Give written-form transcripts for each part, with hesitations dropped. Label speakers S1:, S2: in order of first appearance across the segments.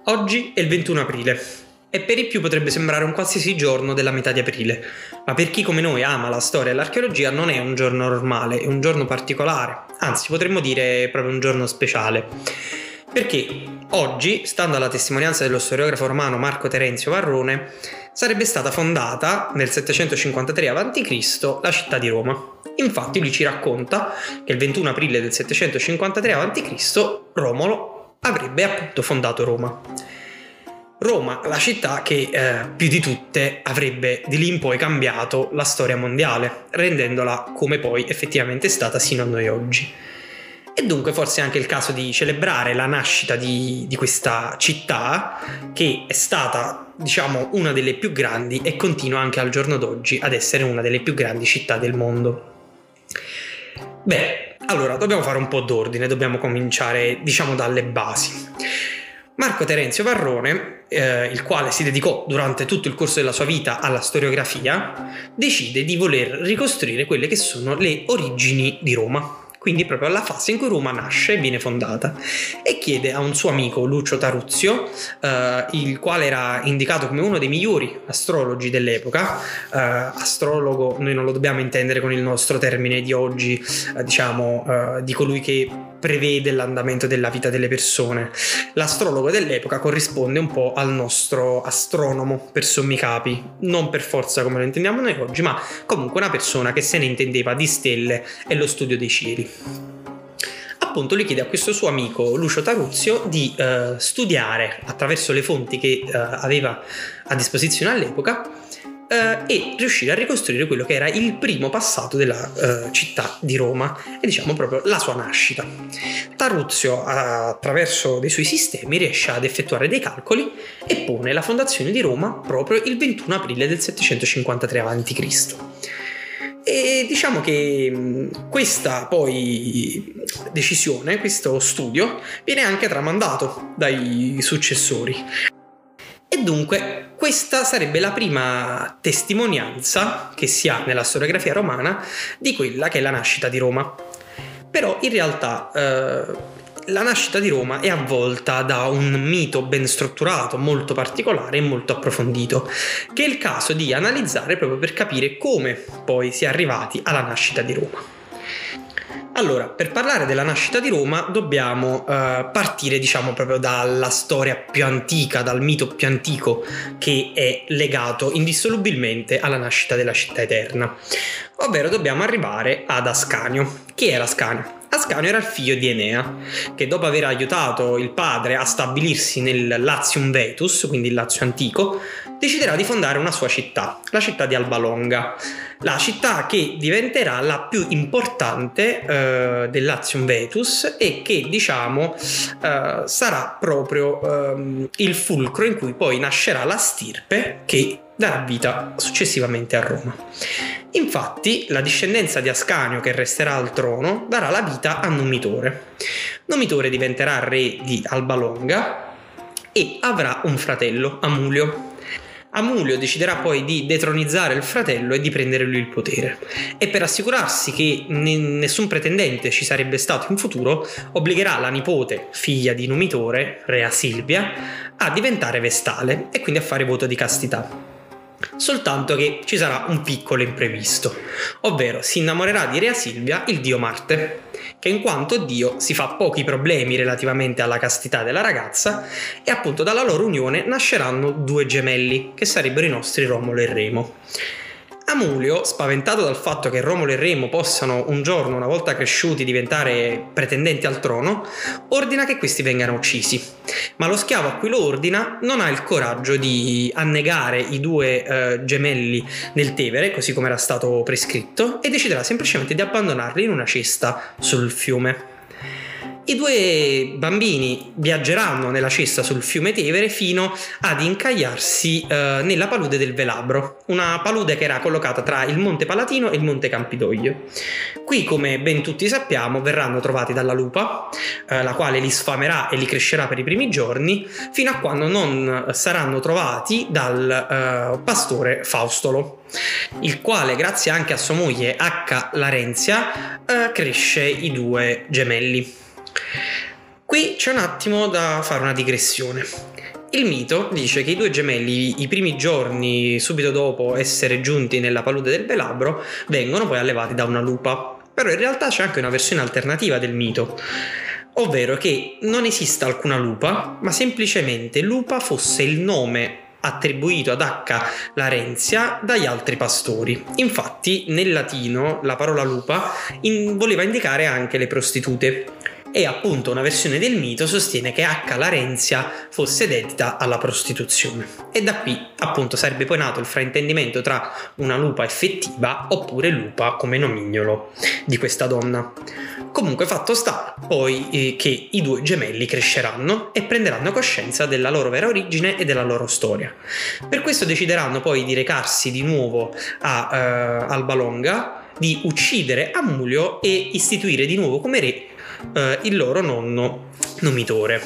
S1: Oggi è il 21 aprile e per i più potrebbe sembrare un qualsiasi giorno della metà di aprile, ma per chi come noi ama la storia e l'archeologia non è un giorno normale, è un giorno particolare, anzi potremmo dire proprio un giorno speciale. Perché oggi, stando alla testimonianza dello storiografo romano Marco Terenzio Varrone, sarebbe stata fondata nel 753 a.C. la città di Roma. Infatti lui ci racconta che il 21 aprile del 753 a.C. Romolo avrebbe appunto fondato Roma. Roma, la città che più di tutte avrebbe di lì in poi cambiato la storia mondiale, rendendola come poi effettivamente è stata sino a noi oggi. E dunque forse è anche il caso di celebrare la nascita di questa città, che è stata, diciamo, una delle più grandi e continua anche al giorno d'oggi ad essere una delle più grandi città del mondo. Beh, allora dobbiamo fare un po' d'ordine, dobbiamo cominciare, diciamo, dalle basi. Marco Terenzio Varrone, il quale si dedicò durante tutto il corso della sua vita alla storiografia, decide di voler ricostruire quelle che sono le origini di Roma, quindi proprio alla fase in cui Roma nasce e viene fondata, e chiede a un suo amico Lucio Taruzio, il quale era indicato come uno dei migliori astrologi dell'epoca. Astrologo noi non lo dobbiamo intendere con il nostro termine di oggi, di colui che prevede l'andamento della vita delle persone. L'astrologo dell'epoca corrisponde un po' al nostro astronomo per sommi capi, non per forza come lo intendiamo noi oggi, ma comunque una persona che se ne intendeva di stelle e lo studio dei cieli. Appunto lui chiede a questo suo amico Lucio Taruzio di studiare attraverso le fonti che aveva a disposizione all'epoca e riuscire a ricostruire quello che era il primo passato della città di Roma e diciamo proprio la sua nascita. Taruzio, attraverso dei suoi sistemi, riesce ad effettuare dei calcoli e pone la fondazione di Roma proprio il 21 aprile del 753 a.C. E diciamo che questa poi decisione, questo studio, viene anche tramandato dai successori. E dunque questa sarebbe la prima testimonianza che si ha nella storiografia romana di quella che è la nascita di Roma. Però in realtà la nascita di Roma è avvolta da un mito ben strutturato, molto particolare e molto approfondito, che è il caso di analizzare proprio per capire come poi si è arrivati alla nascita di Roma. Allora, per parlare della nascita di Roma dobbiamo partire, diciamo, proprio dalla storia più antica, dal mito più antico che è legato indissolubilmente alla nascita della città eterna. Ovvero dobbiamo arrivare ad Ascanio. Chi era Ascanio? Ascanio era il figlio di Enea, che dopo aver aiutato il padre a stabilirsi nel Latium Vetus, quindi il Lazio antico, deciderà di fondare una sua città, la città di Alba Longa, la città che diventerà la più importante del Latium Vetus e che, diciamo, sarà proprio il fulcro in cui poi nascerà la stirpe che darà vita successivamente a Roma. Infatti, la discendenza di Ascanio che resterà al trono darà la vita a Numitore. Numitore diventerà re di Alba Longa e avrà un fratello, Amulio. Amulio deciderà poi di detronizzare il fratello e di prendere lui il potere, e per assicurarsi che nessun pretendente ci sarebbe stato in futuro obbligherà la nipote, figlia di Numitore, Rea Silvia, a diventare vestale e quindi a fare voto di castità. Soltanto che ci sarà un piccolo imprevisto, ovvero si innamorerà di Rea Silvia il dio Marte, che in quanto dio si fa pochi problemi relativamente alla castità della ragazza, e appunto dalla loro unione nasceranno due gemelli che sarebbero i nostri Romolo e Remo. Amulio, spaventato dal fatto che Romolo e Remo possano un giorno, una volta cresciuti, diventare pretendenti al trono, ordina che questi vengano uccisi. Ma lo schiavo a cui lo ordina non ha il coraggio di annegare i due gemelli nel Tevere, così come era stato prescritto, e deciderà semplicemente di abbandonarli in una cesta sul fiume. I due bambini viaggeranno nella cesta sul fiume Tevere fino ad incagliarsi nella palude del Velabro, una palude che era collocata tra il Monte Palatino e il Monte Campidoglio. Qui, come ben tutti sappiamo, verranno trovati dalla lupa, la quale li sfamerà e li crescerà per i primi giorni, fino a quando non saranno trovati dal pastore Faustolo, il quale, grazie anche a sua moglie H. Larenzia, cresce i due gemelli. Qui c'è un attimo da fare una digressione. Il mito dice che i due gemelli, i primi giorni subito dopo essere giunti nella palude del Velabro, vengono poi allevati da una lupa. Però in realtà c'è anche una versione alternativa del mito, ovvero che non esista alcuna lupa, ma semplicemente lupa fosse il nome attribuito ad H. Larenzia dagli altri pastori. Infatti nel latino la parola lupa voleva indicare anche le prostitute, e appunto una versione del mito sostiene che H. Larenzia fosse dedita alla prostituzione, e da qui appunto sarebbe poi nato il fraintendimento tra una lupa effettiva oppure lupa come nomignolo di questa donna. Comunque fatto sta poi che i due gemelli cresceranno e prenderanno coscienza della loro vera origine e della loro storia. Per questo decideranno poi di recarsi di nuovo a Alba Longa, di uccidere Amulio e istituire di nuovo come re il loro nonno Numitore.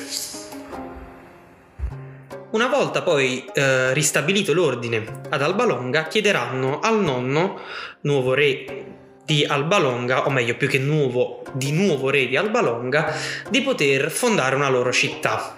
S1: Una volta poi ristabilito l'ordine ad Alba Longa, chiederanno al nonno, nuovo re di Alba Longa, o meglio più che nuovo, di nuovo re di Alba Longa, di poter fondare una loro città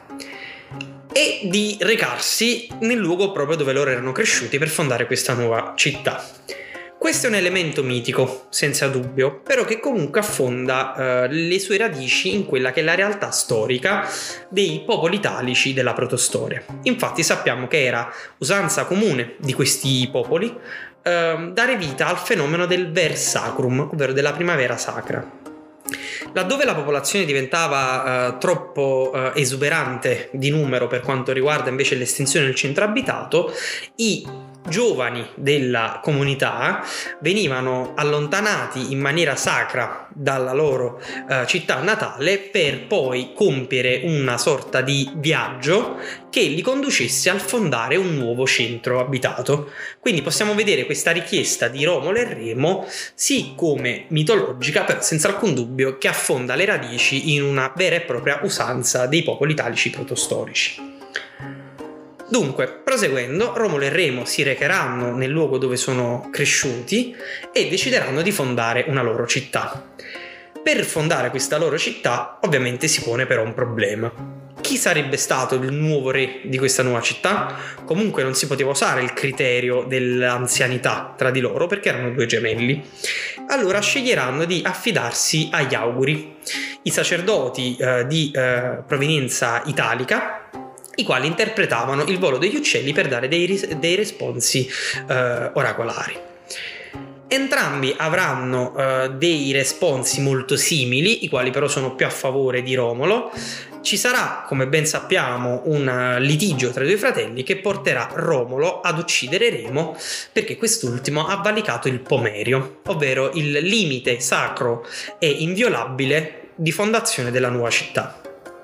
S1: e di recarsi nel luogo proprio dove loro erano cresciuti per fondare questa nuova città. Questo è un elemento mitico, senza dubbio, però che comunque affonda le sue radici in quella che è la realtà storica dei popoli italici della protostoria. Infatti sappiamo che era usanza comune di questi popoli dare vita al fenomeno del ver sacrum, ovvero della primavera sacra. Laddove la popolazione diventava troppo esuberante di numero per quanto riguarda invece l'estensione del centro abitato, i giovani della comunità venivano allontanati in maniera sacra dalla loro città natale per poi compiere una sorta di viaggio che li conducesse al fondare un nuovo centro abitato. Quindi possiamo vedere questa richiesta di Romolo e Remo sì come mitologica, però senza alcun dubbio che affonda le radici in una vera e propria usanza dei popoli italici protostorici. Dunque, proseguendo, Romolo e Remo si recheranno nel luogo dove sono cresciuti e decideranno di fondare una loro città. Per fondare questa loro città, ovviamente si pone però un problema. Chi sarebbe stato il nuovo re di questa nuova città? Comunque non si poteva usare il criterio dell'anzianità tra di loro perché erano due gemelli. Allora sceglieranno di affidarsi agli auguri, i sacerdoti di provenienza italica, i quali interpretavano il volo degli uccelli per dare dei responsi oracolari. Entrambi avranno dei responsi molto simili, i quali però sono più a favore di Romolo. Ci sarà, come ben sappiamo, un litigio tra i due fratelli che porterà Romolo ad uccidere Remo perché quest'ultimo ha valicato il pomerio, ovvero il limite sacro e inviolabile di fondazione della nuova città.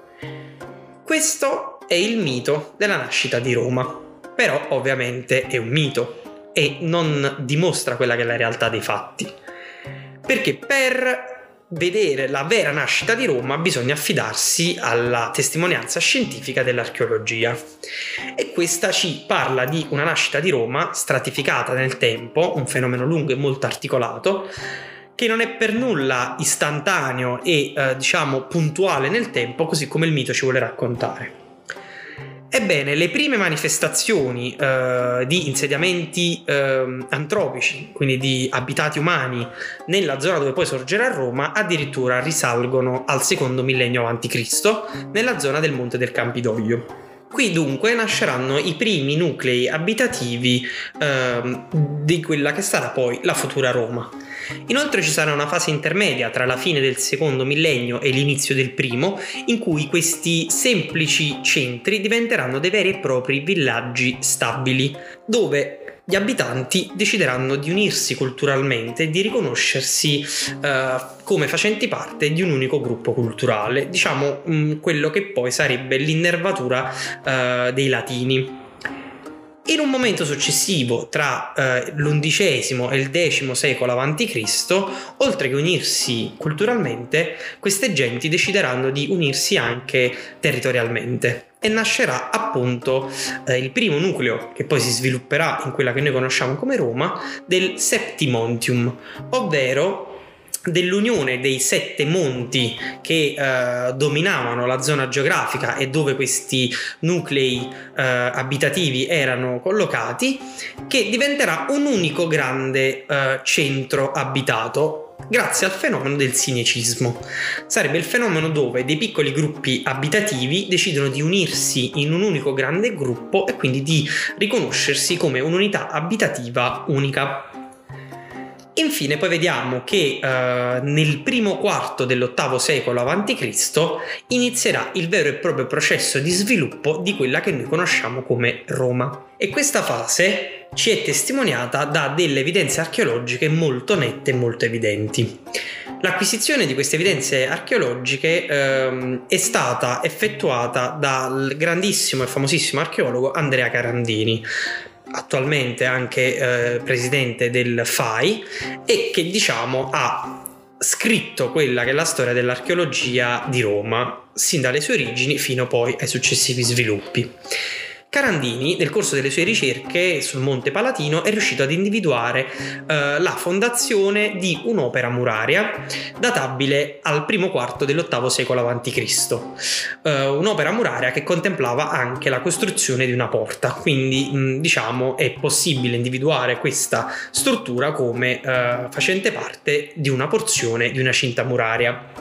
S1: Questo è il mito della nascita di Roma, però ovviamente è un mito e non dimostra quella che è la realtà dei fatti, perché per vedere la vera nascita di Roma bisogna affidarsi alla testimonianza scientifica dell'archeologia, e questa ci parla di una nascita di Roma stratificata nel tempo, un fenomeno lungo e molto articolato che non è per nulla istantaneo e diciamo puntuale nel tempo, così come il mito ci vuole raccontare. Ebbene, le prime manifestazioni di insediamenti antropici, quindi di abitati umani, nella zona dove poi sorgerà Roma, addirittura risalgono al secondo millennio a.C., nella zona del Monte del Campidoglio. Qui dunque nasceranno i primi nuclei abitativi di quella che sarà poi la futura Roma. Inoltre ci sarà una fase intermedia tra la fine del secondo millennio e l'inizio del primo, in cui questi semplici centri diventeranno dei veri e propri villaggi stabili, dove gli abitanti decideranno di unirsi culturalmente e di riconoscersi come facenti parte di un unico gruppo culturale, diciamo quello che poi sarebbe l'innervatura dei Latini. In un momento successivo, tra l'XI e il X secolo a.C., oltre che unirsi culturalmente, queste genti decideranno di unirsi anche territorialmente e nascerà appunto il primo nucleo, che poi si svilupperà in quella che noi conosciamo come Roma, del Septimontium, ovvero dell'unione dei 7 monti che dominavano la zona geografica e dove questi nuclei abitativi erano collocati, che diventerà un unico grande centro abitato grazie al fenomeno del sinecismo. Sarebbe il fenomeno dove dei piccoli gruppi abitativi decidono di unirsi in un unico grande gruppo e quindi di riconoscersi come un'unità abitativa unica. Infine poi vediamo che nel primo quarto dell'VIII secolo a.C. inizierà il vero e proprio processo di sviluppo di quella che noi conosciamo come Roma. E questa fase ci è testimoniata da delle evidenze archeologiche molto nette e molto evidenti. L'acquisizione di queste evidenze archeologiche è stata effettuata dal grandissimo e famosissimo archeologo Andrea Carandini, attualmente anche presidente del FAI, e che ha scritto quella che è la storia dell'archeologia di Roma, sin dalle sue origini fino poi ai successivi sviluppi. Carandini, nel corso delle sue ricerche sul Monte Palatino, è riuscito ad individuare la fondazione di un'opera muraria databile al primo quarto dell'VIII secolo a.C. Un'opera muraria che contemplava anche la costruzione di una porta, quindi è possibile individuare questa struttura come facente parte di una porzione di una cinta muraria.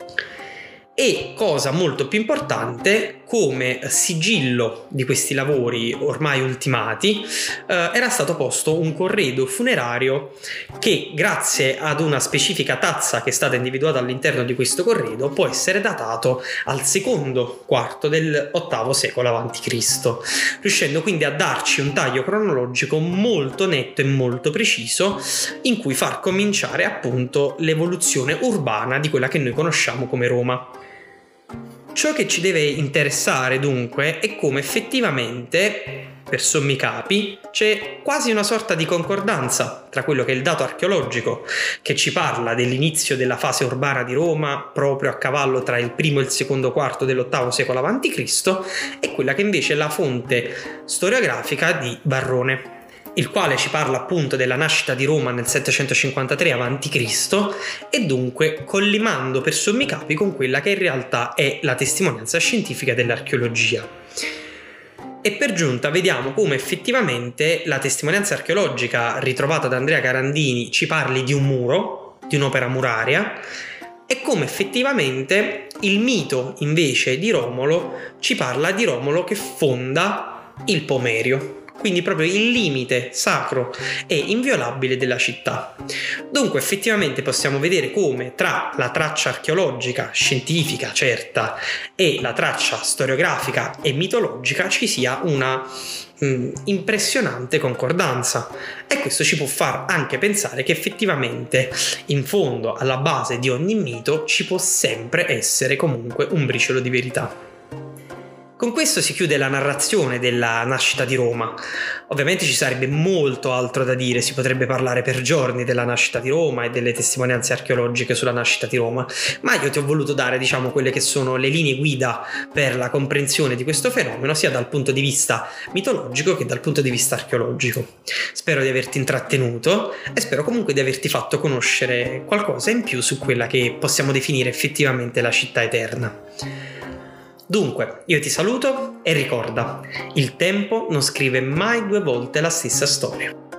S1: E, cosa molto più importante, come sigillo di questi lavori ormai ultimati era stato posto un corredo funerario che, grazie ad una specifica tazza che è stata individuata all'interno di questo corredo, può essere datato al secondo quarto del VIII secolo a.C., riuscendo quindi a darci un taglio cronologico molto netto e molto preciso in cui far cominciare appunto l'evoluzione urbana di quella che noi conosciamo come Roma. Ciò che ci deve interessare dunque è come effettivamente, per sommi capi, c'è quasi una sorta di concordanza tra quello che è il dato archeologico, che ci parla dell'inizio della fase urbana di Roma proprio a cavallo tra il primo e il secondo quarto dell'VIII secolo a.C., e quella che invece è la fonte storiografica di Varrone, il quale ci parla appunto della nascita di Roma nel 753 a.C. e dunque collimando per sommi capi con quella che in realtà è la testimonianza scientifica dell'archeologia. E per giunta vediamo come effettivamente la testimonianza archeologica ritrovata da Andrea Carandini ci parli di un muro, di un'opera muraria, e come effettivamente il mito invece di Romolo ci parla di Romolo che fonda il Pomerio, quindi proprio il limite sacro e inviolabile della città. Dunque effettivamente possiamo vedere come tra la traccia archeologica, scientifica certa, e la traccia storiografica e mitologica ci sia una impressionante concordanza, e questo ci può far anche pensare che effettivamente in fondo alla base di ogni mito ci può sempre essere comunque un briciolo di verità. Con questo si chiude la narrazione della nascita di Roma. Ovviamente ci sarebbe molto altro da dire, si potrebbe parlare per giorni della nascita di Roma e delle testimonianze archeologiche sulla nascita di Roma, ma io ti ho voluto dare, quelle che sono le linee guida per la comprensione di questo fenomeno, sia dal punto di vista mitologico che dal punto di vista archeologico. Spero di averti intrattenuto e spero comunque di averti fatto conoscere qualcosa in più su quella che possiamo definire effettivamente la città eterna. Dunque, io ti saluto e ricorda, il tempo non scrive mai 2 volte la stessa storia.